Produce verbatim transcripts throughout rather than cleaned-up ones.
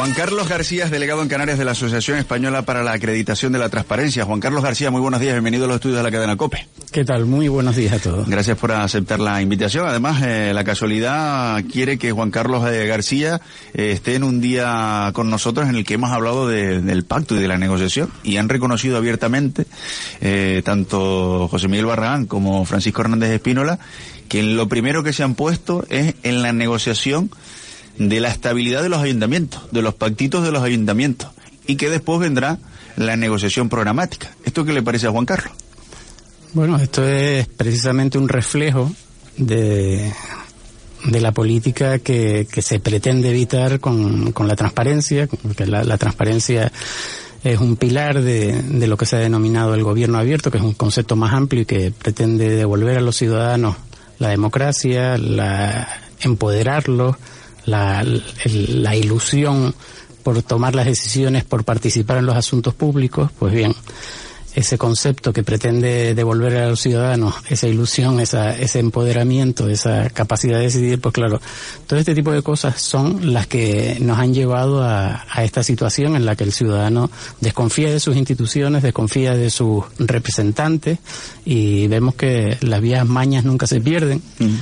Juan Carlos García es delegado en Canarias de la Asociación Española para la Acreditación de la Transparencia. Juan Carlos García, muy buenos días, bienvenido a los estudios de la cadena COPE. ¿Qué tal? Muy buenos días a todos. Gracias por aceptar la invitación. Además, eh, la casualidad quiere que Juan Carlos eh, García eh, esté en un día con nosotros en el que hemos hablado de, del pacto y de la negociación, y han reconocido abiertamente, eh, tanto José Miguel Barragán como Francisco Hernández Espínola, que lo primero que se han puesto es en la negociación de la estabilidad de los ayuntamientos, de los pactitos de los ayuntamientos, y que después vendrá la negociación programática. ¿Esto qué le parece a Juan Carlos? Bueno, esto es precisamente un reflejo de, de la política que, que se pretende evitar con, con la transparencia, porque la, la transparencia es un pilar de, de lo que se ha denominado el gobierno abierto, que es un concepto más amplio y que pretende devolver a los ciudadanos la democracia, la, empoderarlos, La, el, la ilusión por tomar las decisiones, por participar en los asuntos públicos. Pues bien, ese concepto que pretende devolver a los ciudadanos esa ilusión, esa, ese empoderamiento, esa capacidad de decidir, pues claro, todo este tipo de cosas son las que nos han llevado a, a esta situación en la que el ciudadano desconfía de sus instituciones, desconfía de sus representantes, y vemos que las vías mañas nunca se pierden. Mm.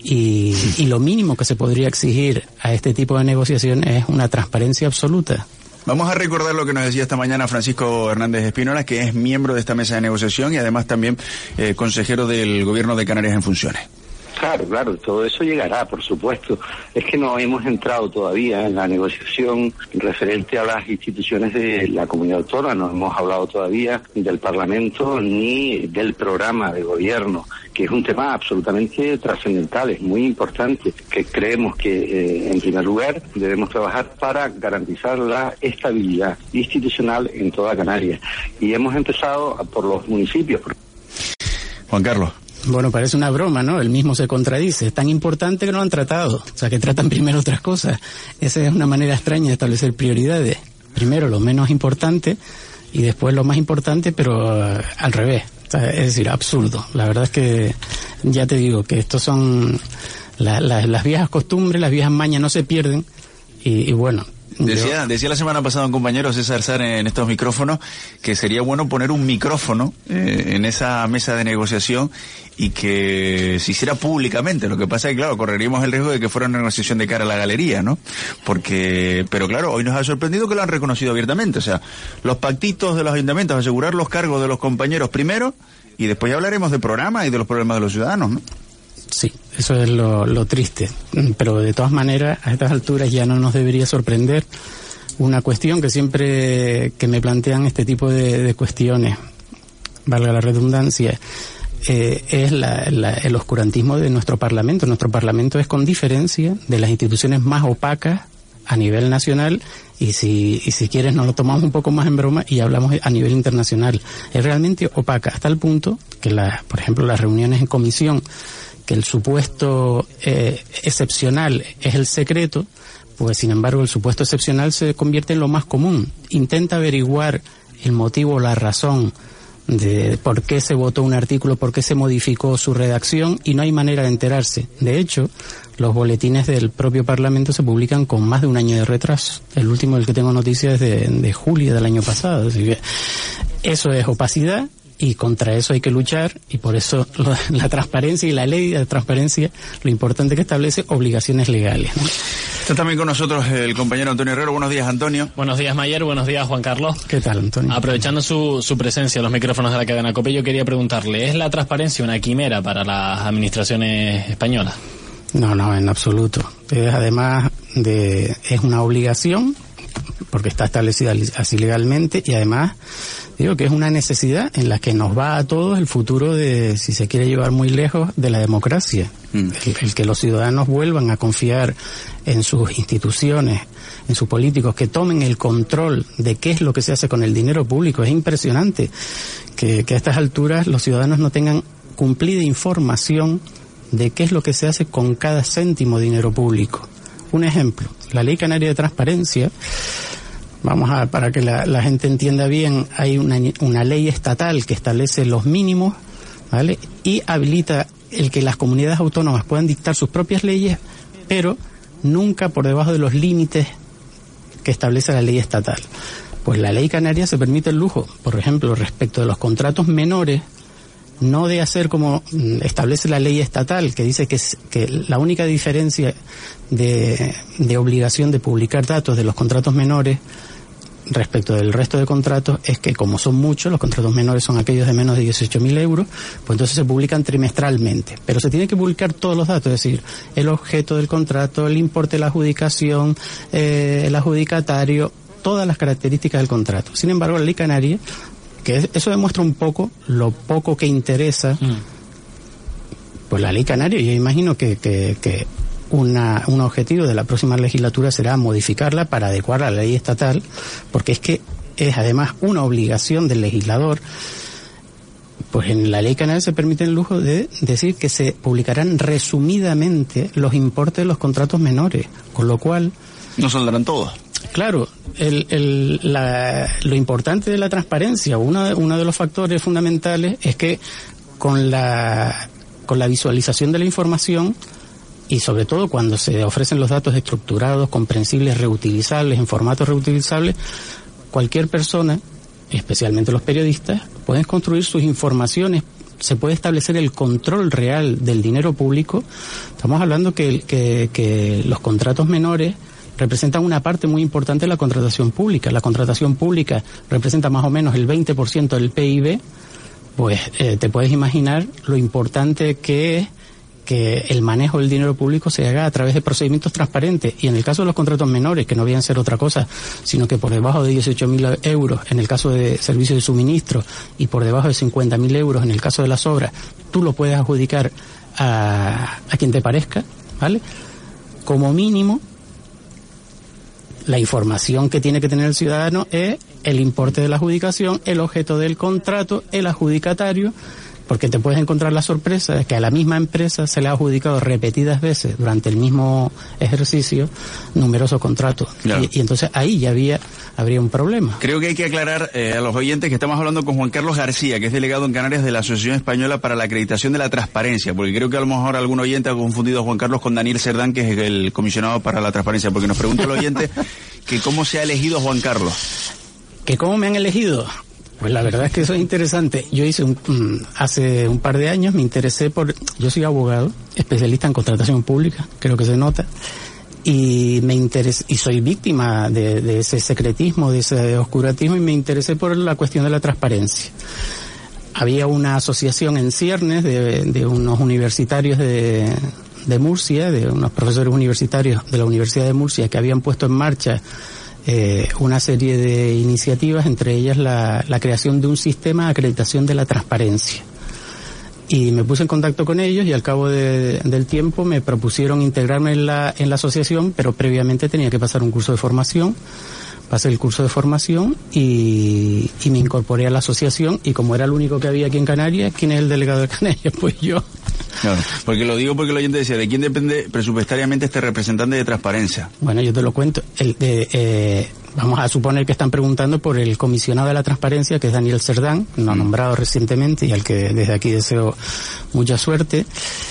Y, y lo mínimo que se podría exigir a este tipo de negociación es una transparencia absoluta. Vamos a recordar lo que nos decía esta mañana Francisco Hernández Espínola, que es miembro de esta mesa de negociación y además también eh, consejero del Gobierno de Canarias en funciones. Claro, claro, todo eso llegará, por supuesto. Es que no hemos entrado todavía en la negociación referente a las instituciones de la comunidad autónoma, no hemos hablado todavía ni del Parlamento ni del programa de gobierno, que es un tema absolutamente trascendental, es muy importante, que creemos que, eh, en primer lugar, debemos trabajar para garantizar la estabilidad institucional en toda Canarias. Y hemos empezado por los municipios. Juan Carlos. Bueno, parece una broma, ¿no? Él mismo se contradice. Es tan importante que no lo han tratado. O sea, que tratan primero otras cosas. Esa es una manera extraña de establecer prioridades. Primero lo menos importante y después lo más importante, pero uh, al revés. O sea, es decir, absurdo. La verdad es que ya te digo que estos son la, la, las viejas costumbres, las viejas mañas no se pierden y, y bueno... Decía, decía la semana pasada un compañero, César Sar, en estos micrófonos, que sería bueno poner un micrófono eh, en esa mesa de negociación y que se hiciera públicamente. Lo que pasa es que, claro, correríamos el riesgo de que fuera una negociación de cara a la galería, ¿no? Porque, pero claro, hoy nos ha sorprendido que lo han reconocido abiertamente. O sea, los pactitos de los ayuntamientos, asegurar los cargos de los compañeros primero y después ya hablaremos de programas y de los problemas de los ciudadanos, ¿no? Sí, eso es lo, lo triste, pero de todas maneras a estas alturas ya no nos debería sorprender una cuestión que siempre que me plantean este tipo de, de cuestiones, valga la redundancia, eh, es la, la, el oscurantismo de nuestro Parlamento. Nuestro Parlamento es con diferencia de las instituciones más opacas a nivel nacional, y si, y si quieres nos lo tomamos un poco más en broma y hablamos a nivel internacional. Es realmente opaca hasta el punto que, la, por ejemplo, las reuniones en comisión, que el supuesto eh, excepcional es el secreto, pues sin embargo el supuesto excepcional se convierte en lo más común. Intenta averiguar el motivo, la razón de por qué se votó un artículo, por qué se modificó su redacción, y no hay manera de enterarse. De hecho, los boletines del propio Parlamento se publican con más de un año de retraso. El último del que tengo noticias es de, de julio del año pasado. Así que eso es opacidad. Y contra eso hay que luchar, y por eso lo, la transparencia y la ley de transparencia, lo importante que establece obligaciones legales, ¿no? Está también con nosotros el compañero Antonio Herrero. Buenos días, Antonio. Buenos días, Mayer. Buenos días, Juan Carlos. ¿Qué tal, Antonio? Aprovechando su, su presencia en los micrófonos de la cadena COPE, yo quería preguntarle, ¿es la transparencia una quimera para las administraciones españolas? No, no, en absoluto. Es, además de, es una obligación, porque está establecida así legalmente, y además digo que es una necesidad en la que nos va a todos el futuro de, si se quiere llevar muy lejos, de la democracia. Mm. El, el que los ciudadanos vuelvan a confiar en sus instituciones, en sus políticos, que tomen el control de qué es lo que se hace con el dinero público. Es impresionante que, que a estas alturas los ciudadanos no tengan cumplida información de qué es lo que se hace con cada céntimo de dinero público. Un ejemplo, la Ley Canaria de Transparencia, vamos a, para que la, la gente entienda bien, hay una, una ley estatal que establece los mínimos, ¿vale? Y habilita el que las comunidades autónomas puedan dictar sus propias leyes, pero nunca por debajo de los límites que establece la ley estatal. Pues la ley canaria se permite el lujo, por ejemplo, respecto de los contratos menores, no de hacer como establece la ley estatal, que dice que, que la única diferencia de, de obligación de publicar datos de los contratos menores respecto del resto de contratos es que, como son muchos, los contratos menores son aquellos de menos de dieciocho mil euros, pues entonces se publican trimestralmente. Pero se tiene que publicar todos los datos, es decir, el objeto del contrato, el importe de la adjudicación, eh, el adjudicatario, todas las características del contrato. Sin embargo, la ley canaria, que eso demuestra un poco lo poco que interesa, mm. pues la ley canaria, yo imagino que, que, que una, un objetivo de la próxima legislatura será modificarla para adecuarla a la ley estatal, porque es que es además una obligación del legislador. Pues en la ley canaria se permite el lujo de decir que se publicarán resumidamente los importes de los contratos menores, con lo cual... No saldrán todos. Claro, el, el, la, lo importante de la transparencia, uno, uno de los factores fundamentales es que con la, con la visualización de la información, y sobre todo cuando se ofrecen los datos estructurados, comprensibles, reutilizables, en formato reutilizable, cualquier persona, especialmente los periodistas, pueden construir sus informaciones, se puede establecer el control real del dinero público. Estamos hablando que, que, que los contratos menores representan una parte muy importante de la contratación pública. La contratación pública representa más o menos el veinte por ciento del P I B, pues eh, te puedes imaginar lo importante que es que el manejo del dinero público se haga a través de procedimientos transparentes. Y en el caso de los contratos menores, que no vienen a ser otra cosa, sino que por debajo de dieciocho mil euros en el caso de servicios de suministro y por debajo de cincuenta mil euros en el caso de las obras, tú lo puedes adjudicar a, a quien te parezca, ¿vale? Como mínimo, la información que tiene que tener el ciudadano es el importe de la adjudicación, el objeto del contrato, el adjudicatario, porque te puedes encontrar la sorpresa de que a la misma empresa se le ha adjudicado repetidas veces durante el mismo ejercicio numerosos contratos. Claro. Y, y entonces ahí ya había habría un problema. Creo que hay que aclarar eh, a los oyentes que estamos hablando con Juan Carlos García, que es delegado en Canarias de la Asociación Española para la Acreditación de la Transparencia, porque creo que a lo mejor algún oyente ha confundido a Juan Carlos con Daniel Cerdán, que es el comisionado para la transparencia, porque nos pregunta el oyente que cómo se ha elegido a Juan Carlos. ¿Que cómo me han elegido? Pues la verdad es que eso es interesante. Yo hice un, hace un par de años me interesé por, yo soy abogado, especialista en contratación pública, creo que se nota, y me interesé, y soy víctima de, de ese secretismo, de ese oscurantismo, y me interesé por la cuestión de la transparencia. Había una asociación en ciernes de, de unos universitarios de, de Murcia, de unos profesores universitarios de la Universidad de Murcia, que habían puesto en marcha Eh, una serie de iniciativas, entre ellas la, la creación de un sistema de acreditación de la transparencia. Y me puse en contacto con ellos y al cabo de, del tiempo me propusieron integrarme en la, en la asociación, pero previamente tenía que pasar un curso de formación. Pasé el curso de formación y, y me incorporé a la asociación, y como era el único que había aquí en Canarias, ¿quién es el delegado de Canarias? Pues yo. Claro, porque lo digo porque el oyente decía, ¿de quién depende presupuestariamente este representante de transparencia? Bueno, yo te lo cuento. El de, eh, vamos a suponer que están preguntando por el comisionado de la transparencia, que es Daniel Cerdán, no mm. nombrado recientemente, y al que desde aquí deseo mucha suerte.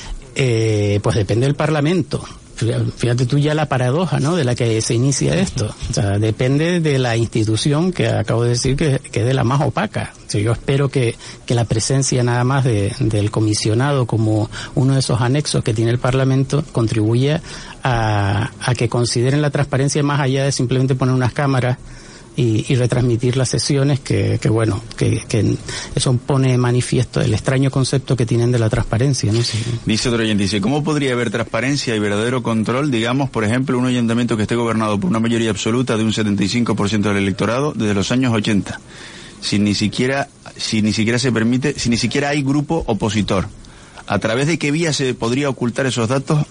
Eh, pues depende del Parlamento. Fíjate tú ya la paradoja, ¿no?, de la que se inicia esto. O sea, depende de la institución que acabo de decir que, que es de la más opaca. O sea, yo espero que, que la presencia nada más de, del comisionado como uno de esos anexos que tiene el Parlamento contribuya a, a que consideren la transparencia más allá de simplemente poner unas cámaras Y, y retransmitir las sesiones, que, que bueno, que, que eso pone manifiesto el extraño concepto que tienen de la transparencia, ¿no? Sí. Dice otro oyente, dice, ¿cómo podría haber transparencia y verdadero control, digamos, por ejemplo, un ayuntamiento que esté gobernado por una mayoría absoluta de un setenta y cinco por ciento del electorado desde los años ochenta, si ni siquiera, si ni siquiera se permite, si ni siquiera hay grupo opositor? ¿A través de qué vía se podría ocultar esos datos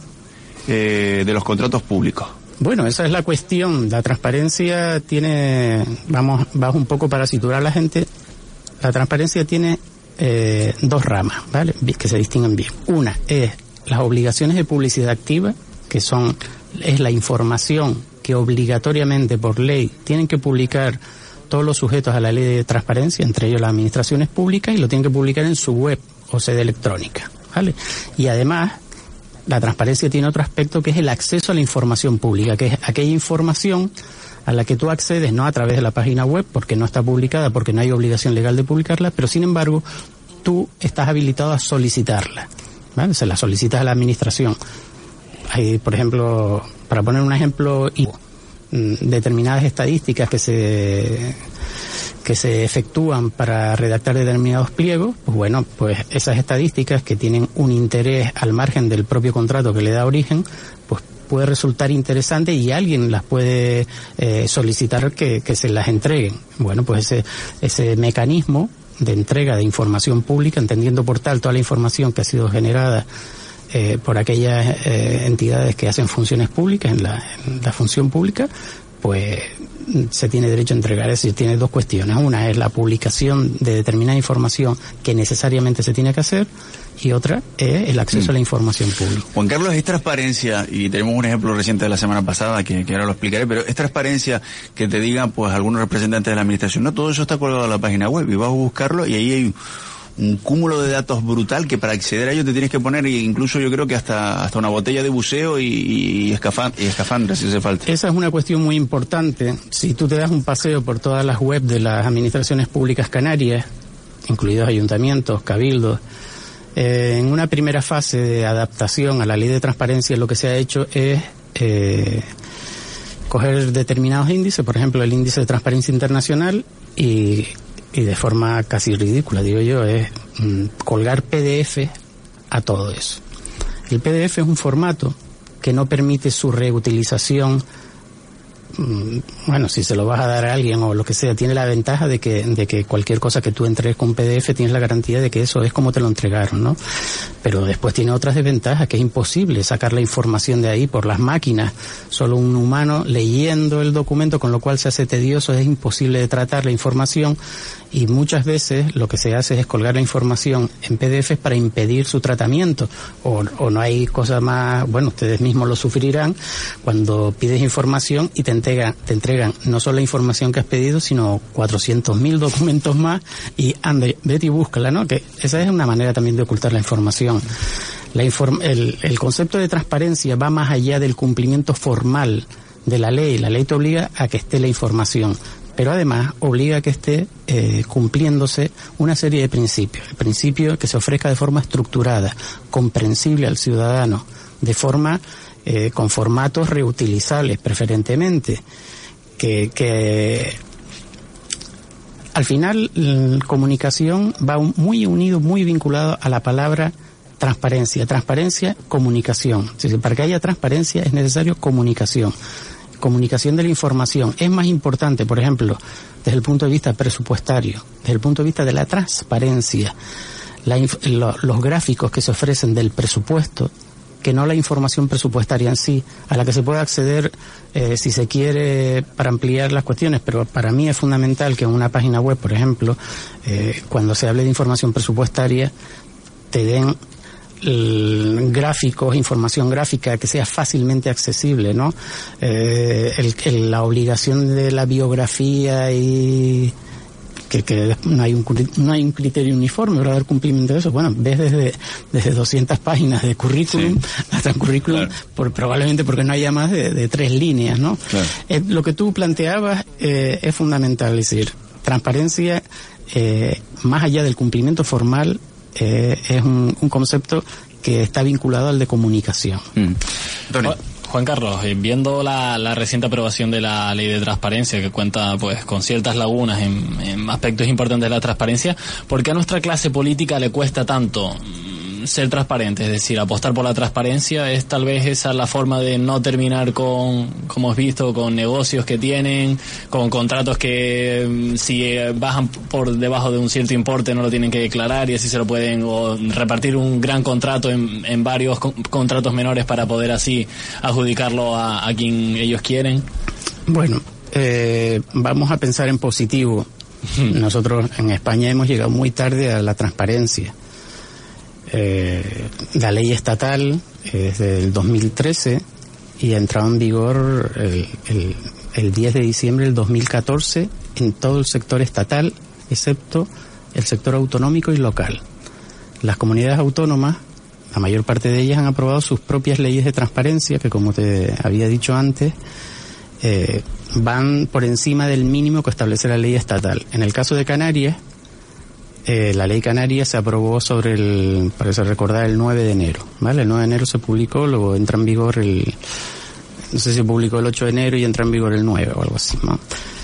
eh, de los contratos públicos? Bueno, esa es la cuestión. La transparencia tiene, vamos, bajo un poco para situar a la gente, la transparencia tiene eh, dos ramas, ¿vale?, que se distinguen bien. Una es las obligaciones de publicidad activa, que son, es la información que obligatoriamente por ley tienen que publicar todos los sujetos a la ley de transparencia, entre ellos las administraciones públicas, y lo tienen que publicar en su web o sede electrónica, ¿vale? Y además, la transparencia tiene otro aspecto, que es el acceso a la información pública, que es aquella información a la que tú accedes no a través de la página web, porque no está publicada, porque no hay obligación legal de publicarla, pero sin embargo tú estás habilitado a solicitarla, ¿vale? Se la solicitas a la administración. Hay, por ejemplo, para poner un ejemplo, determinadas estadísticas que se que se efectúan para redactar determinados pliegos, pues bueno, pues esas estadísticas que tienen un interés al margen del propio contrato que le da origen, pues puede resultar interesante y alguien las puede eh, solicitar que, que se las entreguen. Bueno, pues ese ese mecanismo de entrega de información pública, entendiendo por tal toda la información que ha sido generada eh, por aquellas eh, entidades que hacen funciones públicas en la, en la función pública, pues se tiene derecho a entregar. Es decir, tiene dos cuestiones. Una es la publicación de determinada información que necesariamente se tiene que hacer, y otra es el acceso mm. a la información pública. Juan Carlos, es transparencia, y tenemos un ejemplo reciente de la semana pasada que, que ahora lo explicaré, pero es transparencia que te digan pues algunos representantes de la administración, no, todo eso está colgado en la página web y vas a buscarlo y ahí hay un cúmulo de datos brutal que para acceder a ello te tienes que poner, incluso yo creo que hasta hasta una botella de buceo y, y, escafand- y escafandra si hace falta. Esa es una cuestión muy importante. Si tú te das un paseo por todas las webs de las administraciones públicas canarias, incluidos ayuntamientos, cabildos, eh, en una primera fase de adaptación a la ley de transparencia lo que se ha hecho es eh, coger determinados índices, por ejemplo el índice de transparencia internacional, y y de forma casi ridícula, digo yo, es mmm, colgar P D F a todo eso. El P D F es un formato que no permite su reutilización. Mmm, bueno, si se lo vas a dar a alguien o lo que sea, tiene la ventaja de que de que cualquier cosa que tú entregues con P D F tienes la garantía de que eso es como te lo entregaron, ¿no? Pero después tiene otras desventajas, que es imposible sacar la información de ahí por las máquinas. Solo un humano leyendo el documento, con lo cual se hace tedioso, es imposible de tratar la información, y muchas veces lo que se hace es colgar la información en P D F para impedir su tratamiento, o, o no hay cosa más, bueno, ustedes mismos lo sufrirán cuando pides información y te entregan, te entregan no solo la información que has pedido, sino cuatrocientos mil documentos más, y anda, vete y búscala, ¿no? Que esa es una manera también de ocultar la información. La inform- el, el concepto de transparencia va más allá del cumplimiento formal de la ley. La ley te obliga a que esté la información, pero además obliga a que esté eh, cumpliéndose una serie de principios. El principio que se ofrezca de forma estructurada, comprensible al ciudadano, de forma eh, con formatos reutilizables preferentemente, que, que al final la comunicación va muy unido, muy vinculado a la palabra transparencia. Transparencia, comunicación. Es decir, para que haya transparencia es necesario comunicación. Comunicación de la información. Es más importante, por ejemplo, desde el punto de vista presupuestario, desde el punto de vista de la transparencia, la inf- lo, los gráficos que se ofrecen del presupuesto, que no la información presupuestaria en sí, a la que se puede acceder eh, si se quiere para ampliar las cuestiones, pero para mí es fundamental que en una página web, por ejemplo, eh, cuando se hable de información presupuestaria, te den el, gráficos, información gráfica que sea fácilmente accesible, ¿no? Eh, el, el, la obligación de la biografía y que, que no hay un no hay un criterio uniforme para dar cumplimiento de eso. Bueno, ves desde desde doscientas páginas de currículum sí. hasta un currículum, claro. por, probablemente porque no haya más de, de tres líneas, ¿no? Claro. Eh, lo que tú planteabas eh, es fundamental, es decir, transparencia eh, más allá del cumplimiento formal. Eh, es un, un concepto que está vinculado al de comunicación. Mm. Juan Carlos, viendo la, la reciente aprobación de la ley de transparencia, que cuenta pues con ciertas lagunas en, en aspectos importantes de la transparencia, ¿por qué a nuestra clase política le cuesta tanto ser transparente? Es decir, apostar por la transparencia, ¿es tal vez esa la forma de no terminar con, como hemos visto, con negocios que tienen, con contratos que si bajan por debajo de un cierto importe no lo tienen que declarar y así se lo pueden, o repartir un gran contrato en, en varios con, contratos menores para poder así adjudicarlo a, a quien ellos quieren? Bueno, eh, vamos a pensar en positivo. Nosotros en España hemos llegado muy tarde a la transparencia. Eh, la ley estatal es del dos mil trece y ha entrado en vigor el, el, el diez de diciembre del dos mil catorce en todo el sector estatal, excepto el sector autonómico y local. Las comunidades autónomas, la mayor parte de ellas han aprobado sus propias leyes de transparencia, que como te había dicho antes, eh, van por encima del mínimo que establece la ley estatal. En el caso de Canarias, eh, la ley canaria se aprobó sobre el, parece recordar, el nueve de enero, ¿vale? El nueve de enero se publicó, luego entra en vigor el, no sé si se publicó el ocho de enero y entra en vigor el nueve o algo así, ¿no?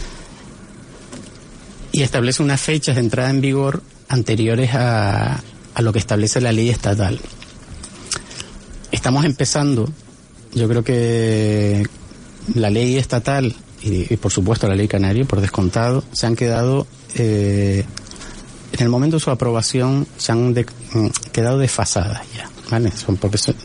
Y establece unas fechas de entrada en vigor anteriores a, a lo que establece la ley estatal. Estamos empezando, yo creo que la ley estatal y, y por supuesto la ley canaria, por descontado, se han quedado, eh, en el momento de su aprobación, se han de, quedado desfasadas ya, ¿vale? Son, porque son,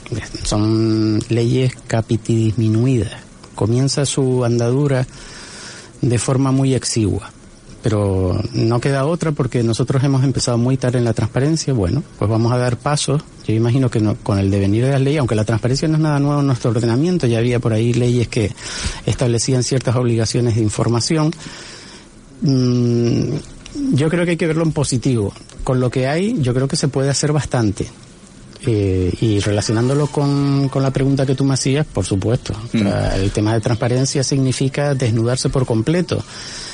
son leyes capitidisminuidas. Comienza su andadura de forma muy exigua. Pero no queda otra porque nosotros hemos empezado muy tarde en la transparencia. Bueno, pues vamos a dar pasos. Yo imagino que no, con el devenir de las leyes, aunque la transparencia no es nada nuevo en nuestro ordenamiento, ya había por ahí leyes que establecían ciertas obligaciones de información. Mm, yo creo que hay que verlo en positivo. Con lo que hay, yo creo que se puede hacer bastante. Eh, y relacionándolo con, con la pregunta que tú me hacías, por supuesto. Mm. O sea, el tema de transparencia significa desnudarse por completo.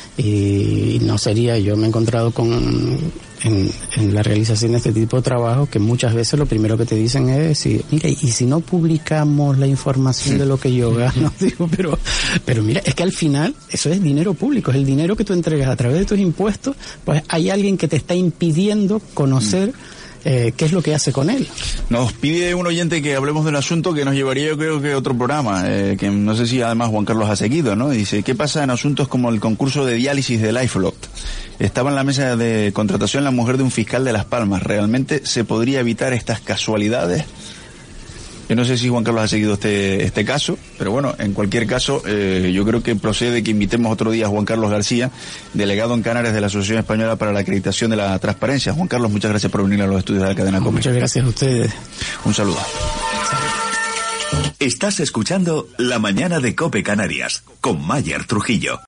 Y no sería, yo me he encontrado con en, en la realización de este tipo de trabajo que muchas veces lo primero que te dicen es decir, mira, y si no publicamos la información de lo que yo gano, digo, pero pero mira, es que al final eso es dinero público, es el dinero que tú entregas a través de tus impuestos, pues hay alguien que te está impidiendo conocer Eh, qué es lo que hace con él. Nos pide un oyente que hablemos de un asunto que nos llevaría, yo creo que a otro programa, eh, que no sé si además Juan Carlos ha seguido, ¿no? Dice, ¿qué pasa en asuntos como el concurso de diálisis de LifeLock? Estaba en la mesa de contratación la mujer de un fiscal de Las Palmas. ¿Realmente se podría evitar estas casualidades? Yo no sé si Juan Carlos ha seguido este este caso, pero bueno, en cualquier caso, eh, yo creo que procede que invitemos otro día a Juan Carlos García, delegado en Canarias de la Asociación Española para la Acreditación de la Transparencia. Juan Carlos, muchas gracias por venir a los estudios de la cadena COPE. Muchas gracias a ustedes. Un saludo. Estás escuchando La Mañana de COPE Canarias, con Mayer Trujillo.